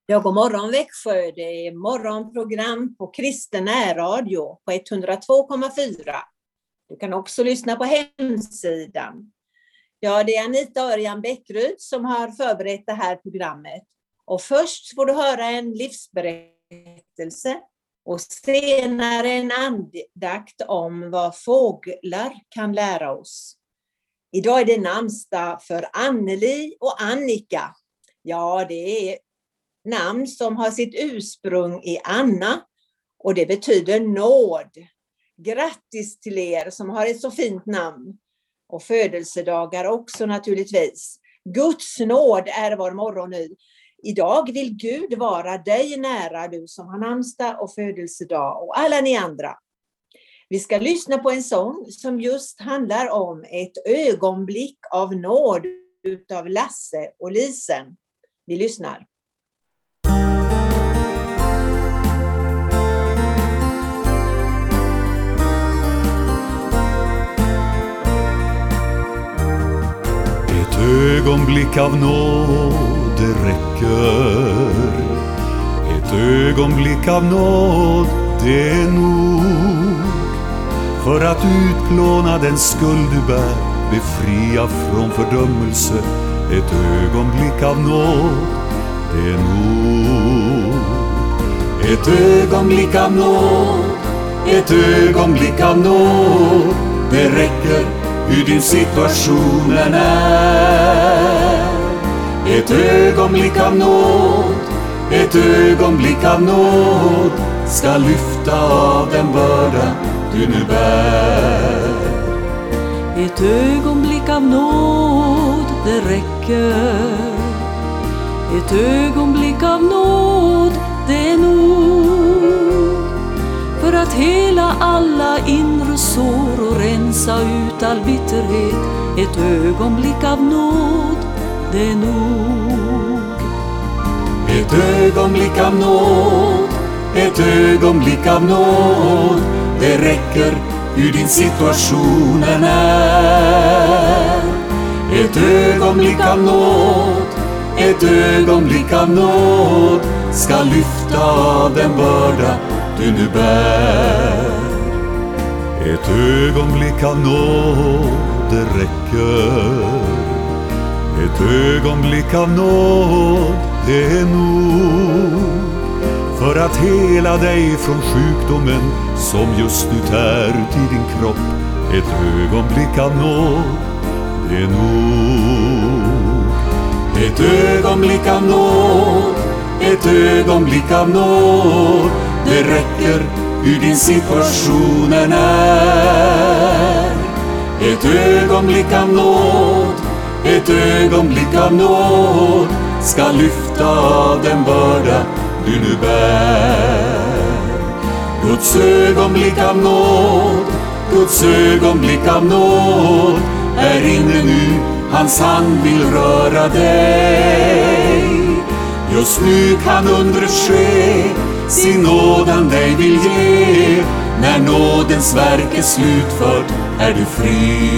Ja, god morgon Växjö. Det är morgonprogram på Kristen närradio på 102,4. Du kan också lyssna på hemsidan. Ja, det är Anita Örjan Bäckryd som har förberett det här programmet. Och först får du höra en livsberättelse och senare en andakt om vad fåglar kan lära oss. Idag är det namnsdag för Anneli och Annika. Ja, det är namn som har sitt ursprung i Anna och det betyder nåd. Grattis till er som har ett så fint namn. Och födelsedagar också naturligtvis. Guds nåd är vår morgon nu. Idag vill Gud vara dig nära, du som har namnsdag och födelsedag och alla ni andra. Vi ska lyssna på en sång som just handlar om ett ögonblick av nåd utav Lasse och Lisen. Vi lyssnar. Ett ögonblick av nåd, det räcker. Ett ögonblick av nåd, det är nog. För att utplåna den skuld du bär, befria från fördömelse. Ett ögonblick av nåd, det är nog. Ett ögonblick av nåd, ett ögonblick av nåd, det räcker hur din situation än är. Ett ögonblick av nåd, ett ögonblick av nåd ska lyfta av den börda du nu bär. Ett ögonblick av nåd, det räcker. Ett ögonblick av nåd, det är nog. För att hela alla inre sår och rensa ut all bitterhet. Ett ögonblick av nåd, det är nog. Ett ögonblick av nåd, ett ögonblick av nåd, det räcker hur din situation än är. Ett ögonblick av nåd, ett ögonblick av nåd ska lyfta av den börda du nu bär. Ett ögonblick av nåd, det räcker. Ett ögonblick av nåd, det är nog. För att hela dig från sjukdomen som just nu tär ut i din kropp. Ett ögonblick av nåd, det är nog. Ett ögonblick av nåd, ett ögonblick av nåd, det räcker hur din situation än är. Ett ögonblick av nåd, ett ögonblick av nåd ska lyfta av den börda du nu bär. Guds ögonblick av nåd, Guds ögonblick av nåd är inne nu, hans hand vill röra dig. Just nu kan undret ske, sin nåd han dig vill ge. När nådens verk är slutfört är du fri.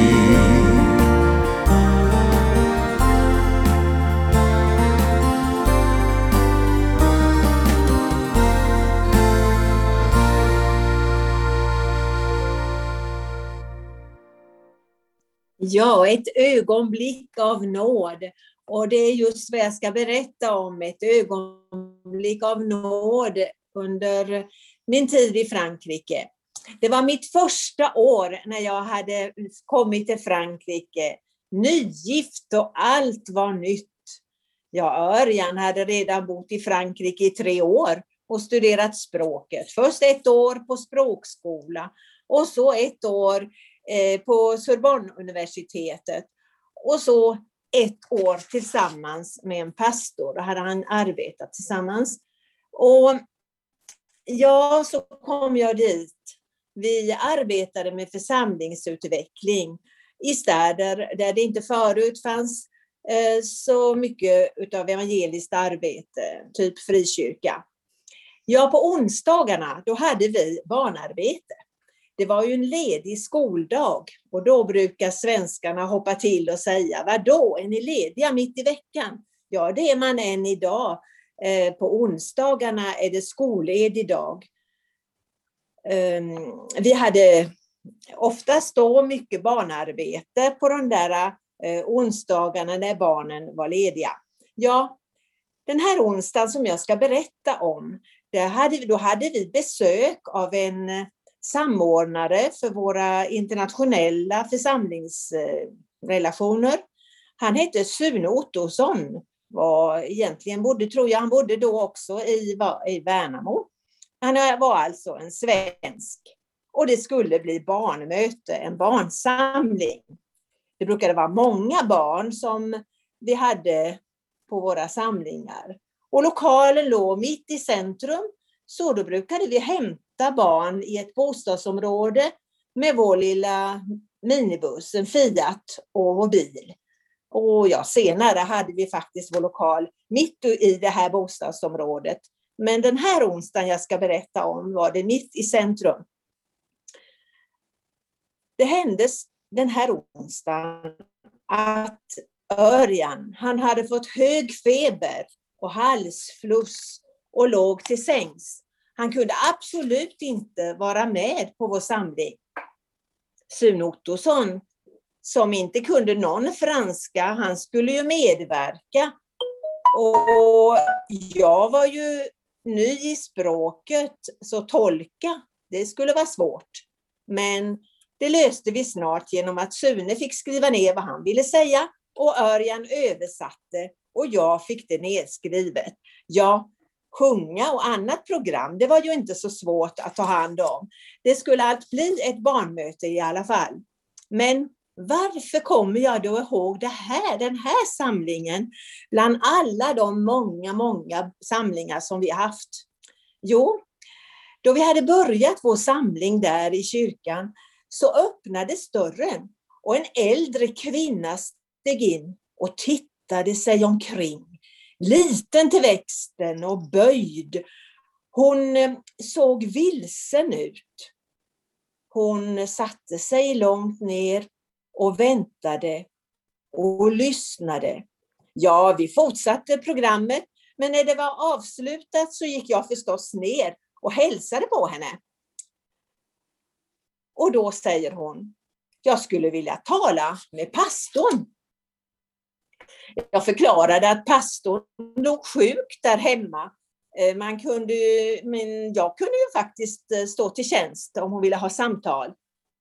Ja, ett ögonblick av nåd. Och det är just vad jag ska berätta om. Ett ögonblick av nåd under min tid i Frankrike. Det var mitt första år när jag hade kommit till Frankrike. Nygift och allt var nytt. Ja, Örjan hade redan bott i Frankrike i 3 år och studerat språket. Först 1 år på språkskola och så 1 år på Sorbonne-universitetet. Och så 1 år tillsammans med en pastor. Då hade han arbetat tillsammans. Och ja, så kom jag dit. Vi arbetade med församlingsutveckling i städer där det inte förut fanns så mycket av evangeliskt arbete, typ frikyrka. Ja, på onsdagarna då hade vi barnarbete. Det var ju en ledig skoldag och då brukar svenskarna hoppa till och säga: vadå, är ni lediga mitt i veckan? Ja, det är man än idag. På onsdagarna är det skolledig dag. Vi hade oftast då mycket barnarbete på de där onsdagarna när barnen var lediga. Ja, den här onsdagen som jag ska berätta om, då hade vi besök av en samordnare för våra internationella församlingsrelationer. Han hette Sune Ottosson. Han bodde då också i Värnamo. Han var alltså en svensk. Och det skulle bli barnmöte, en barnsamling. Det brukade vara många barn som vi hade på våra samlingar. Och lokalen låg mitt i centrum, så då brukade vi hämta barn i ett bostadsområde med vår lilla minibuss, en Fiat och vår bil. Och senare hade vi faktiskt vår lokal mitt i det här bostadsområdet. Men den här onsdagen jag ska berätta om var det mitt i centrum. Det hände den här onsdagen att Örjan, han hade fått hög feber och halsfluss och låg till sängs. Han kunde absolut inte vara med på vår samling. Sune Ottosson, som inte kunde någon franska, han skulle ju medverka. Och jag var ju ny i språket, så tolka, det skulle vara svårt. Men det löste vi snart genom att Sune fick skriva ner vad han ville säga och Örjan översatte och jag fick det nedskrivet. Ja, sjunga och annat program, det var ju inte så svårt att ta hand om. Det skulle allt bli ett barnmöte i alla fall. Men varför kommer jag då ihåg den här samlingen bland alla de många samlingar som vi har haft? Jo, då vi hade börjat vår samling där i kyrkan så öppnades dörren och en äldre kvinna steg in och tittade sig omkring. Liten till växten och böjd. Hon såg vilsen ut. Hon satte sig långt ner och väntade och lyssnade. Ja, vi fortsatte programmet, men när det var avslutat så gick jag förstås ner och hälsade på henne. Och då säger hon, jag skulle vilja tala med pastorn. Jag förklarade att pastorn låg sjuk där hemma. Men jag kunde ju faktiskt stå till tjänst om hon ville ha samtal.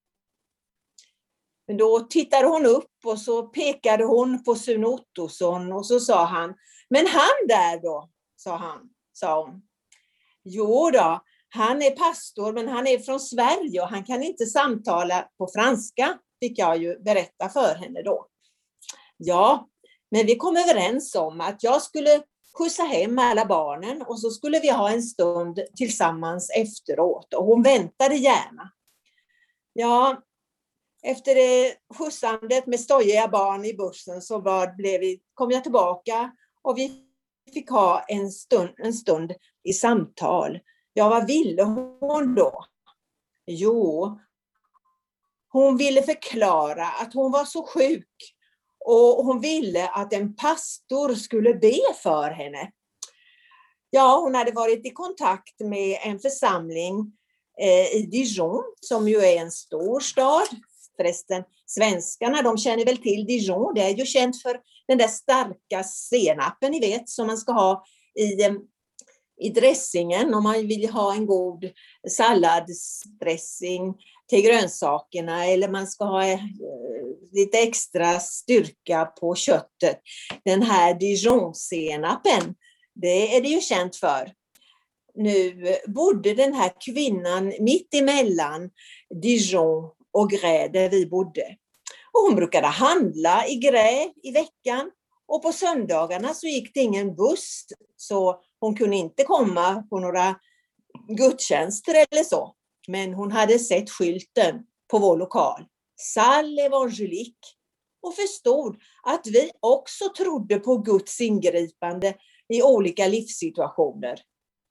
Men då tittade hon upp och så pekade hon på Sune Ottosson och så sa han, men han där då, sa hon. Jo då, han är pastor men han är från Sverige och han kan inte samtala på franska, fick jag ju berätta för henne då. Ja, men vi kom överens om att jag skulle skjutsa hem alla barnen och så skulle vi ha en stund tillsammans efteråt och hon väntade gärna. Ja, efter det skjutsandet med stojiga barn i bussen så kom jag tillbaka och vi fick ha en stund i samtal. Ja, vad ville hon då? Jo, hon ville förklara att hon var så sjuk och hon ville att en pastor skulle be för henne. Ja, hon hade varit i kontakt med en församling i Dijon som ju är en stor stad. Förresten, svenskarna, de känner väl till Dijon. Det är ju känt för den där starka senapen, ni vet, som man ska ha i dressingen om man vill ha en god salladsdressing till grönsakerna eller man ska ha lite extra styrka på köttet. Den här Dijon-senapen, det är det ju känt för. Nu bodde den här kvinnan mitt emellan Dijon och Grès där vi bodde. Och hon brukade handla i Grès i veckan och på söndagarna så gick det ingen buss så hon kunde inte komma på några gudstjänster eller så. Men hon hade sett skylten på vår lokal, Salle Evangelique, och förstod att vi också trodde på Guds ingripande i olika livssituationer.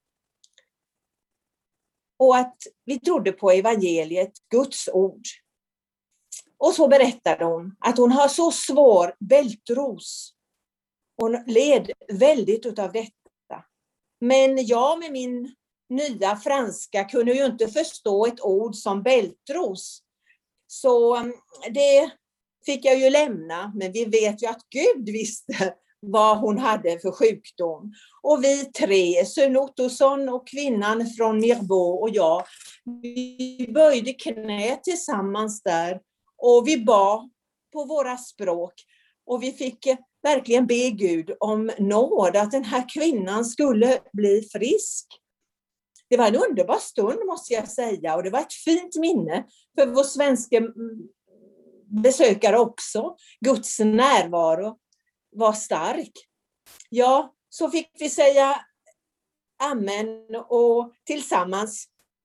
Och att vi trodde på evangeliet, Guds ord. Och så berättade hon att hon har så svår bältros. Hon led väldigt utav detta. Men jag med min nya franska kunde ju inte förstå ett ord som bältros. Så det fick jag ju lämna, men vi vet ju att Gud visste vad hon hade för sjukdom. Och vi tre, Sune Ottosson och kvinnan från Mirbeau och jag, vi böjde knä tillsammans där och vi bad på våra språk. Och vi fick verkligen be Gud om nåd att den här kvinnan skulle bli frisk. Det var en underbar stund måste jag säga, och det var ett fint minne för vår svenska besökare också. Guds närvaro var stark. Ja, så fick vi säga amen och tillsammans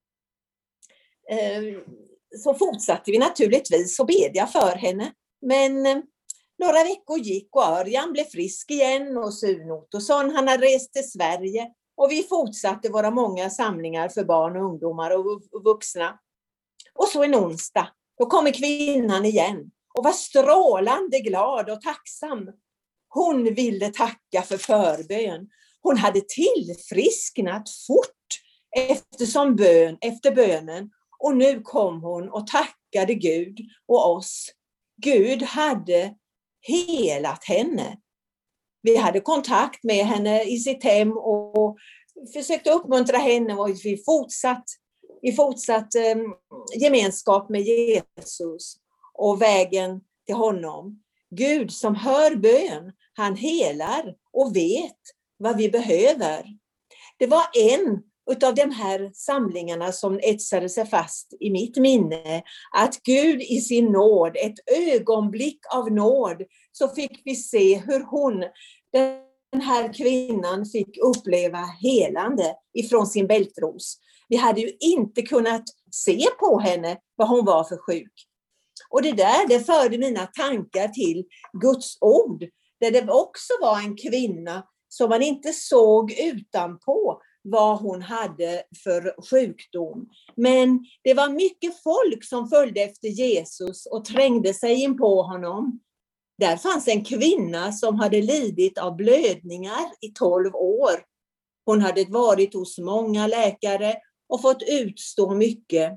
så fortsatte vi naturligtvis och bedja för henne. Men några veckor gick och Örjan blev frisk igen och Sune Ottosson, han hade rest till Sverige och vi fortsatte våra många samlingar för barn och ungdomar och vuxna. Och så en onsdag, då kommer kvinnan igen och var strålande glad och tacksam. Hon ville tacka för förbön. Hon hade tillfrisknat fort efter bönen. Och nu kom hon och tackade Gud och oss. Gud hade helat henne. Vi hade kontakt med henne i sitt hem och försökte uppmuntra henne och vi fortsatt gemenskap med Jesus och vägen till honom. Gud som hör bön, han helar och vet vad vi behöver. Det var en utav de här samlingarna som etsade sig fast i mitt minne, att Gud i sin nåd, ett ögonblick av nåd, så fick vi se hur den här kvinnan fick uppleva helande ifrån sin bältros. Vi hade ju inte kunnat se på henne vad hon var för sjuk. Och det förde mina tankar till Guds ord, där det också var en kvinna som man inte såg utanpå vad hon hade för sjukdom. Men det var mycket folk som följde efter Jesus och trängde sig in på honom. Där fanns en kvinna som hade lidit av blödningar i 12 år. Hon hade varit hos många läkare och fått utstå mycket.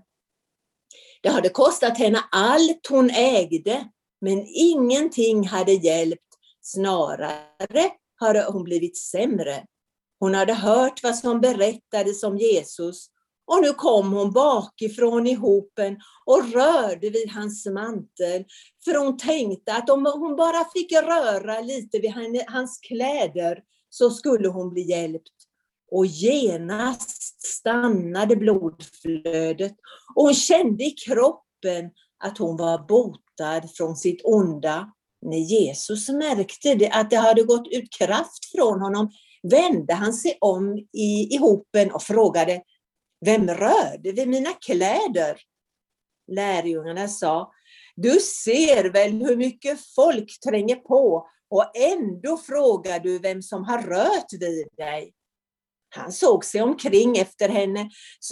Det hade kostat henne allt hon ägde, men ingenting hade hjälpt. Snarare hade hon blivit sämre. Hon hade hört vad som berättades om Jesus och nu kom hon bakifrån i hopen och rörde vid hans mantel. För hon tänkte att om hon bara fick röra lite vid hans kläder så skulle hon bli hjälpt. Och genast stannade blodflödet och hon kände i kroppen att hon var botad från sitt onda. När Jesus märkte att det hade gått ut kraft från honom vände han sig om i hopen och frågade: vem rörde vid mina kläder? Lärjungarna sa: du ser väl hur mycket folk tränger på och ändå frågar du vem som har rört vid dig. Han såg sig omkring efter henne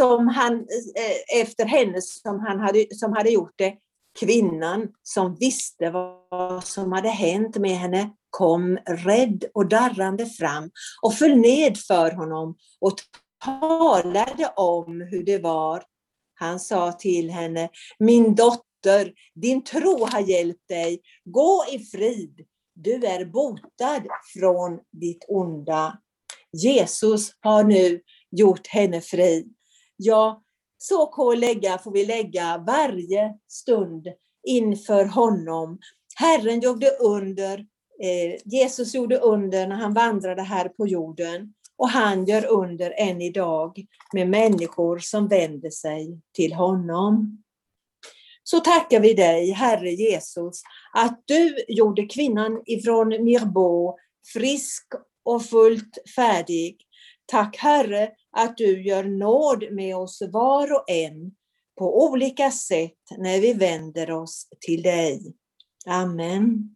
som hade gjort det. Kvinnan som visste vad som hade hänt med henne kom rädd och darrande fram och föll ned för honom och talade om hur det var. Han sa till henne: min dotter, din tro har hjälpt dig. Gå i frid. Du är botad från ditt onda. Jesus har nu gjort henne fri. Ja, så får vi lägga varje stund inför honom. Herren gjorde under, Jesus gjorde under när han vandrade här på jorden. Och han gör under än idag med människor som vänder sig till honom. Så tackar vi dig, Herre Jesus, att du gjorde kvinnan ifrån Mirbeau frisk och fullt färdig. Tack Herre att du gör nåd med oss var och en på olika sätt när vi vänder oss till dig. Amen.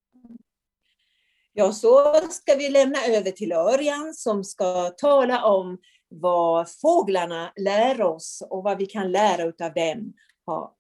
Ja, så ska vi lämna över till Örjan som ska tala om vad fåglarna lär oss och vad vi kan lära utav dem. Ja.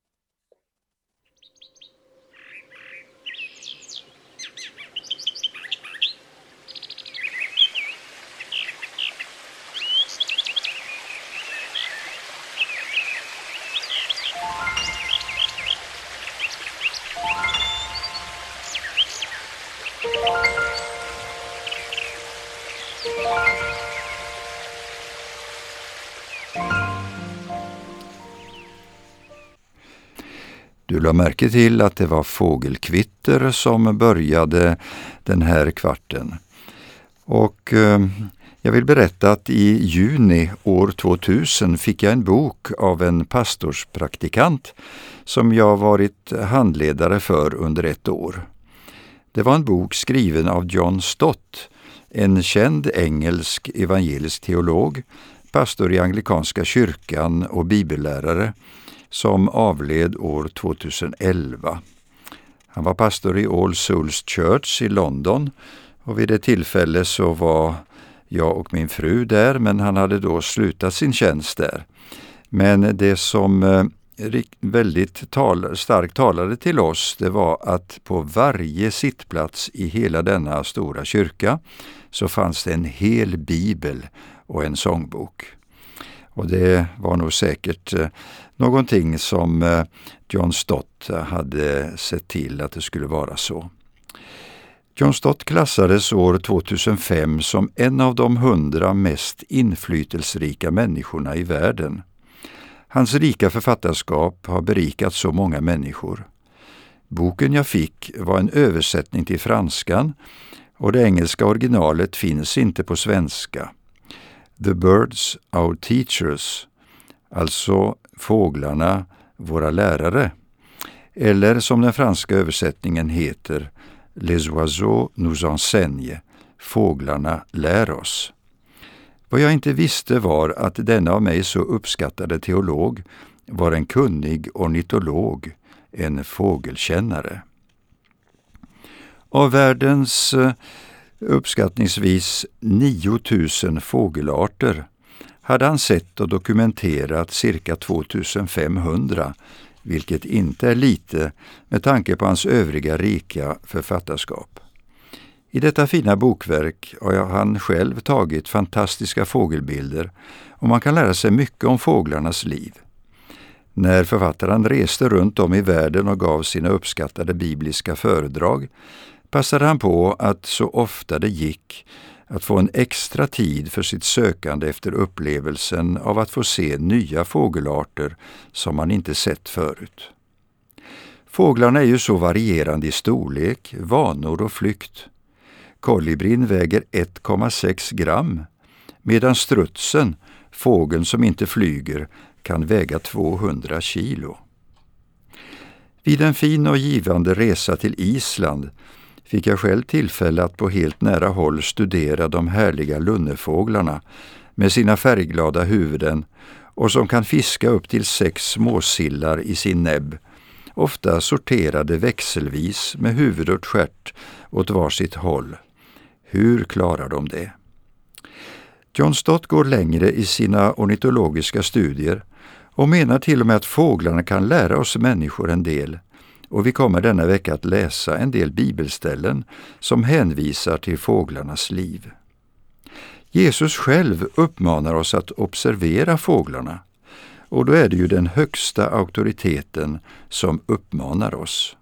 la märke till att det var fågelkvitter som började den här kvarten. Och jag vill berätta att i juni år 2000 fick jag en bok av en pastorspraktikant som jag varit handledare för under ett år. Det var en bok skriven av John Stott, en känd engelsk evangelisk teolog, pastor i anglikanska kyrkan och bibellärare, som avled år 2011. Han var pastor i All Souls Church i London, och vid det tillfälle så var jag och min fru där, men han hade då slutat sin tjänst där. Men det som väldigt starkt talade till oss, det var att på varje sittplats i hela denna stora kyrka så fanns det en hel bibel och en sångbok. Och det var nog säkert någonting som John Stott hade sett till att det skulle vara så. John Stott klassades år 2005 som en av de 100 mest inflytelserika människorna i världen. Hans rika författarskap har berikat så många människor. Boken jag fick var en översättning till franskan, och det engelska originalet finns inte på svenska. The Birds, Our Teachers, alltså fåglarna, våra lärare. Eller som den franska översättningen heter, Les oiseaux nous enseignent, fåglarna lär oss. Vad jag inte visste var att denna av mig så uppskattade teolog var en kunnig ornitolog, en fågelkännare. Av världens uppskattningsvis 9000 fågelarter hade han sett och dokumenterat cirka 2500, vilket inte är lite med tanke på hans övriga rika författarskap. I detta fina bokverk har han själv tagit fantastiska fågelbilder, och man kan lära sig mycket om fåglarnas liv. När författaren reste runt om i världen och gav sina uppskattade bibliska föredrag passade han på att så ofta det gick att få en extra tid för sitt sökande efter upplevelsen av att få se nya fågelarter som man inte sett förut. Fåglarna är ju så varierande i storlek, vanor och flykt. Kolibrin väger 1,6 gram, medan strutsen, fågeln som inte flyger, kan väga 200 kilo. Vid en fin och givande resa till Island fick jag själv tillfälle att på helt nära håll studera de härliga lunnefåglarna med sina färgglada huvuden, och som kan fiska upp till 6 småsillar i sin näbb, ofta sorterade växelvis med huvud och stjärt åt varsitt håll. Hur klarar de det? John Stott går längre i sina ornitologiska studier och menar till och med att fåglarna kan lära oss människor en del, och vi kommer denna vecka att läsa en del bibelställen som hänvisar till fåglarnas liv. Jesus själv uppmanar oss att observera fåglarna, och då är det ju den högsta auktoriteten som uppmanar oss.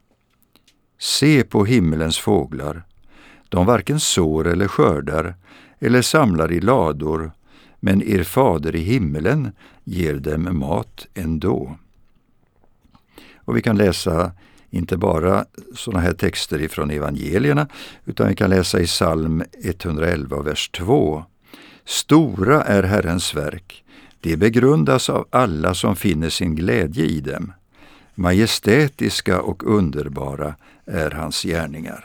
Se på himmelens fåglar, de varken sår eller skördar eller samlar i lador, men er fader i himmelen ger dem mat ändå. Och vi kan läsa inte bara sådana här texter ifrån evangelierna, utan vi kan läsa i psalm 111, vers 2. Stora är Herrens verk, det begrundas av alla som finner sin glädje i dem. Majestätiska och underbara är hans gärningar.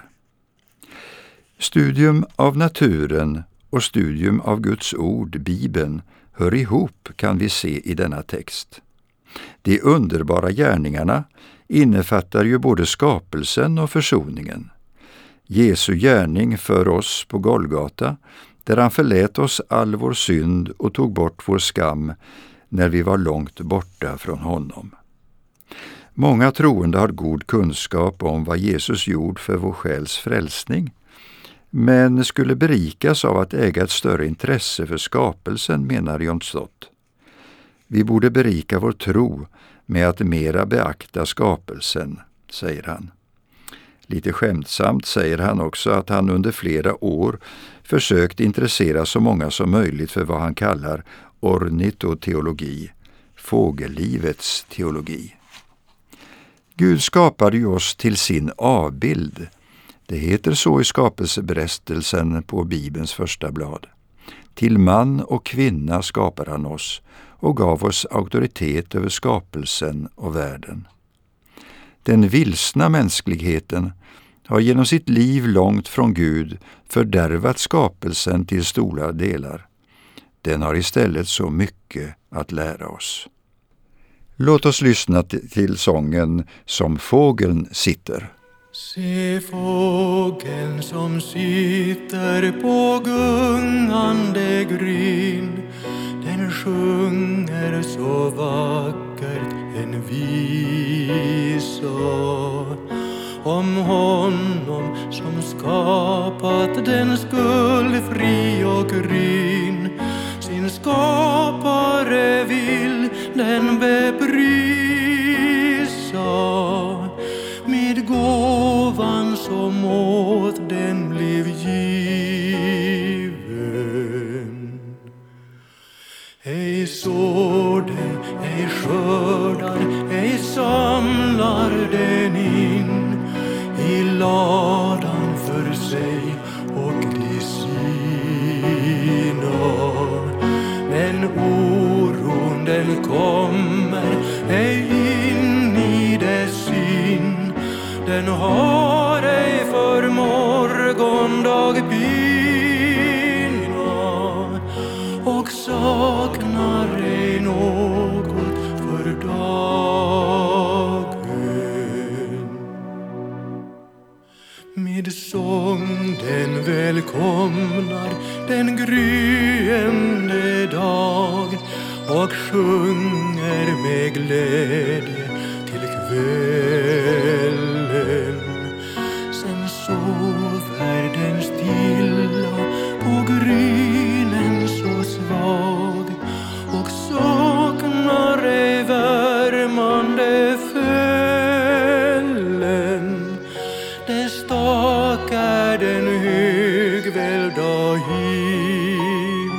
Studium av naturen och studium av Guds ord, Bibeln, hör ihop, kan vi se i denna text. De underbara gärningarna innefattar ju både skapelsen och försoningen. Jesu gärning för oss på Golgata, där han förlät oss all vår synd och tog bort vår skam när vi var långt borta från honom. Många troende har god kunskap om vad Jesus gjort för vår själs frälsning, men skulle berikas av att äga ett större intresse för skapelsen, menar John Stott. Vi borde berika vår tro med att mera beakta skapelsen, säger han. Lite skämtsamt säger han också att han under flera år försökt intressera så många som möjligt för vad han kallar ornitoteologi, fågellivets teologi. Gud skapade ju oss till sin avbild. Det heter så i skapelseberättelsen på Bibelns första blad. Till man och kvinna skapade han oss och gav oss auktoritet över skapelsen och världen. Den vilsna mänskligheten har genom sitt liv långt från Gud fördärvat skapelsen till stora delar. Den har istället så mycket att lära oss. Låt oss lyssna till sången Som fågeln sitter. Se fågeln som sitter på gungande gryn, den sjunger så vackert en visa om honom som skapat den skuldfri och ren. Sin skapare vill den beprisa, med gåvan som åt den blev given. Ej sår den, ej skördar, ej samlar den in i ladan för sig och de sina. Men oron den kommer ej in i dess sin, den har ej för morgondag pina och saknar ej något för dagen. Med sång den välkomnar den gryende dag och sjunger med glädje till kvällen. Sen sover den stilla på grynen så svag och saknar ej värmande fällen. Det stakar den högvälda himmel.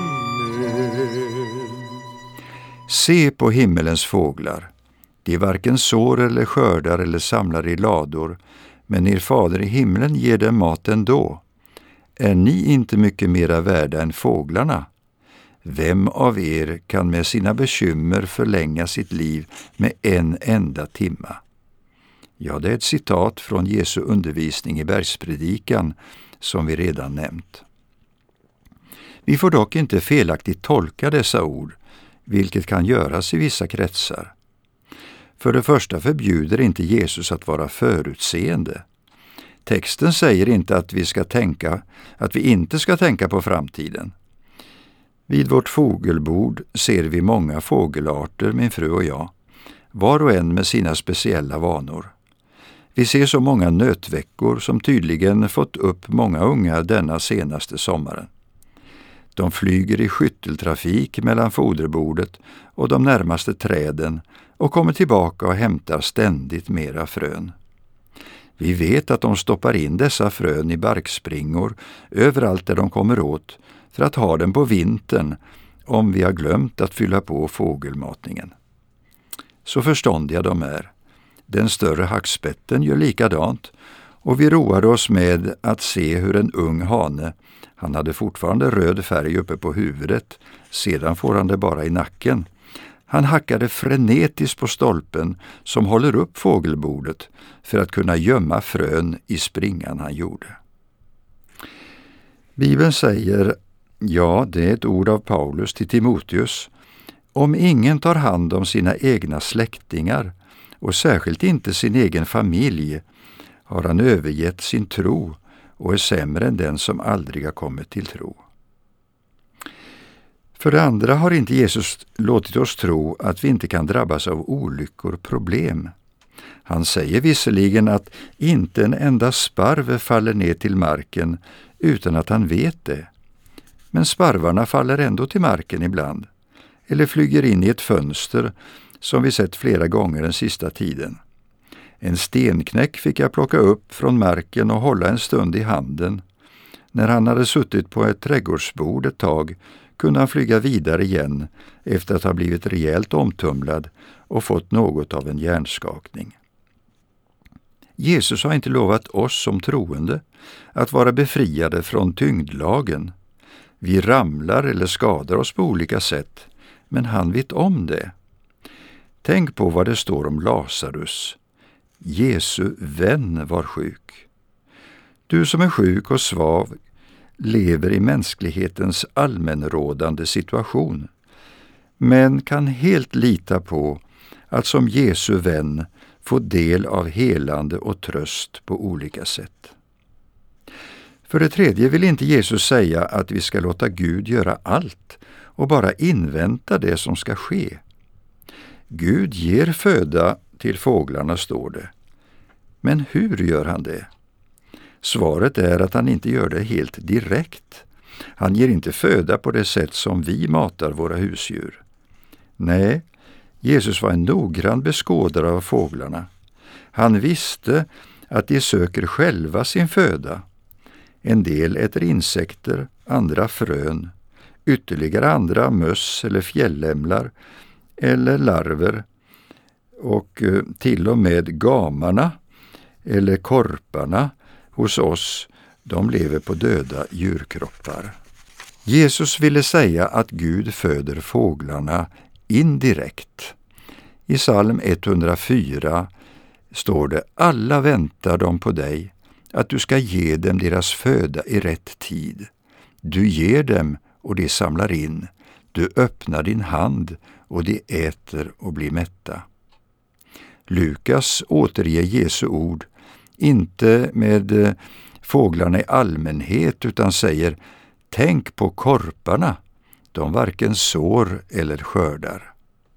Se på himmelens fåglar. De varken sår eller skördar eller samlar i lador, men er fader i himlen ger dem mat ändå. Är ni inte mycket mera värda än fåglarna? Vem av er kan med sina bekymmer förlänga sitt liv med en enda timma? Ja, det är ett citat från Jesu undervisning i bergspredikan som vi redan nämnt. Vi får dock inte felaktigt tolka dessa ord, vilket kan göras i vissa kretsar. För det första förbjuder inte Jesus att vara förutseende. Texten säger inte att vi inte ska tänka på framtiden. Vid vårt fågelbord ser vi många fågelarter, min fru och jag, var och en med sina speciella vanor. Vi ser så många nötveckor som tydligen fått upp många ungar denna senaste sommaren. De flyger i skytteltrafik mellan foderbordet och de närmaste träden och kommer tillbaka och hämtar ständigt mera frön. Vi vet att de stoppar in dessa frön i barkspringor överallt där de kommer åt för att ha den på vintern om vi har glömt att fylla på fågelmatningen. Så förståndiga de är. Den större hackspetten gör likadant och vi roade oss med att se hur en ung hane, han hade fortfarande röd färg uppe på huvudet, sedan får han det bara i nacken. Han hackade frenetiskt på stolpen som håller upp fågelbordet för att kunna gömma frön i springan han gjorde. Bibeln säger, ja, det är ett ord av Paulus till Timoteus, om ingen tar hand om sina egna släktingar och särskilt inte sin egen familj har han övergett sin tro och är sämre än den som aldrig har kommit till tro. För det andra har inte Jesus låtit oss tro att vi inte kan drabbas av olyckor och problem. Han säger visserligen att inte en enda sparv faller ner till marken utan att han vet det. Men sparvarna faller ändå till marken ibland, eller flyger in i ett fönster som vi sett flera gånger den sista tiden. En stenknäck fick jag plocka upp från marken och hålla en stund i handen. När han hade suttit på ett trädgårdsbord ett tag kunde han flyga vidare igen efter att ha blivit rejält omtumlad och fått något av en hjärnskakning. Jesus har inte lovat oss som troende att vara befriade från tyngdlagen. Vi ramlar eller skadar oss på olika sätt, men han vet om det. Tänk på vad det står om Lazarus. Jesu vän var sjuk. Du som är sjuk och svag lever i mänsklighetens allmänrådande situation, men kan helt lita på att som Jesu vän få del av helande och tröst på olika sätt. För det tredje vill inte Jesus säga att vi ska låta Gud göra allt och bara invänta det som ska ske. Gud ger föda till fåglarna, står det. Men hur gör han det? Svaret är att han inte gör det helt direkt. Han ger inte föda på det sätt som vi matar våra husdjur. Nej, Jesus var en noggrann beskådare av fåglarna. Han visste att de söker själva sin föda. En del äter insekter, andra frön, ytterligare andra möss eller fjällämlar eller larver, och till och med gamarna eller korparna hos oss, de lever på döda djurkroppar. Jesus ville säga att Gud föder fåglarna indirekt. I psalm 104 står det: alla väntar de på dig, att du ska ge dem deras föda i rätt tid. Du ger dem och de samlar in. Du öppnar din hand och de äter och blir mätta. Lukas återger Jesu ord inte med fåglarna i allmänhet utan säger: tänk på korparna, de varken sår eller skördar.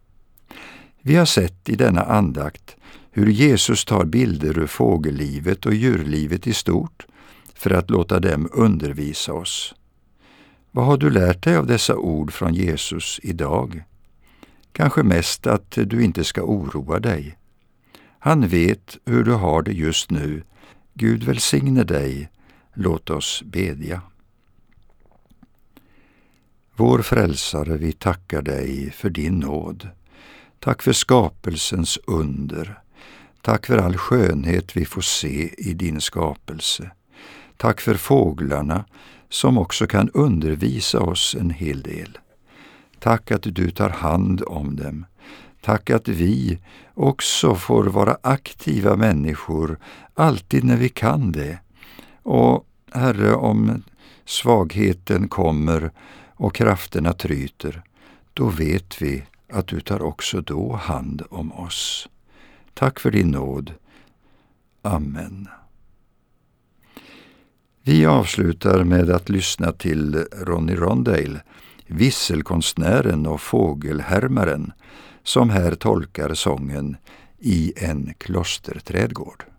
Vi har sett i denna andakt hur Jesus tar bilder ur fågellivet och djurlivet i stort för att låta dem undervisa oss. Vad har du lärt dig av dessa ord från Jesus idag? Kanske mest att du inte ska oroa dig. Han vet hur du har det just nu. Gud välsigne dig. Låt oss bedja. Vår frälsare, vi tackar dig för din nåd. Tack för skapelsens under. Tack för all skönhet vi får se i din skapelse. Tack för fåglarna som också kan undervisa oss en hel del. Tack att du tar hand om dem. Tack att vi också får vara aktiva människor alltid när vi kan det. Och Herre, om svagheten kommer och krafterna tryter, då vet vi att du tar också då hand om oss. Tack för din nåd. Amen. Vi avslutar med att lyssna till Ronny Rondale, visselkonstnären och fågelhärmaren, som här tolkar sången I en klosterträdgård.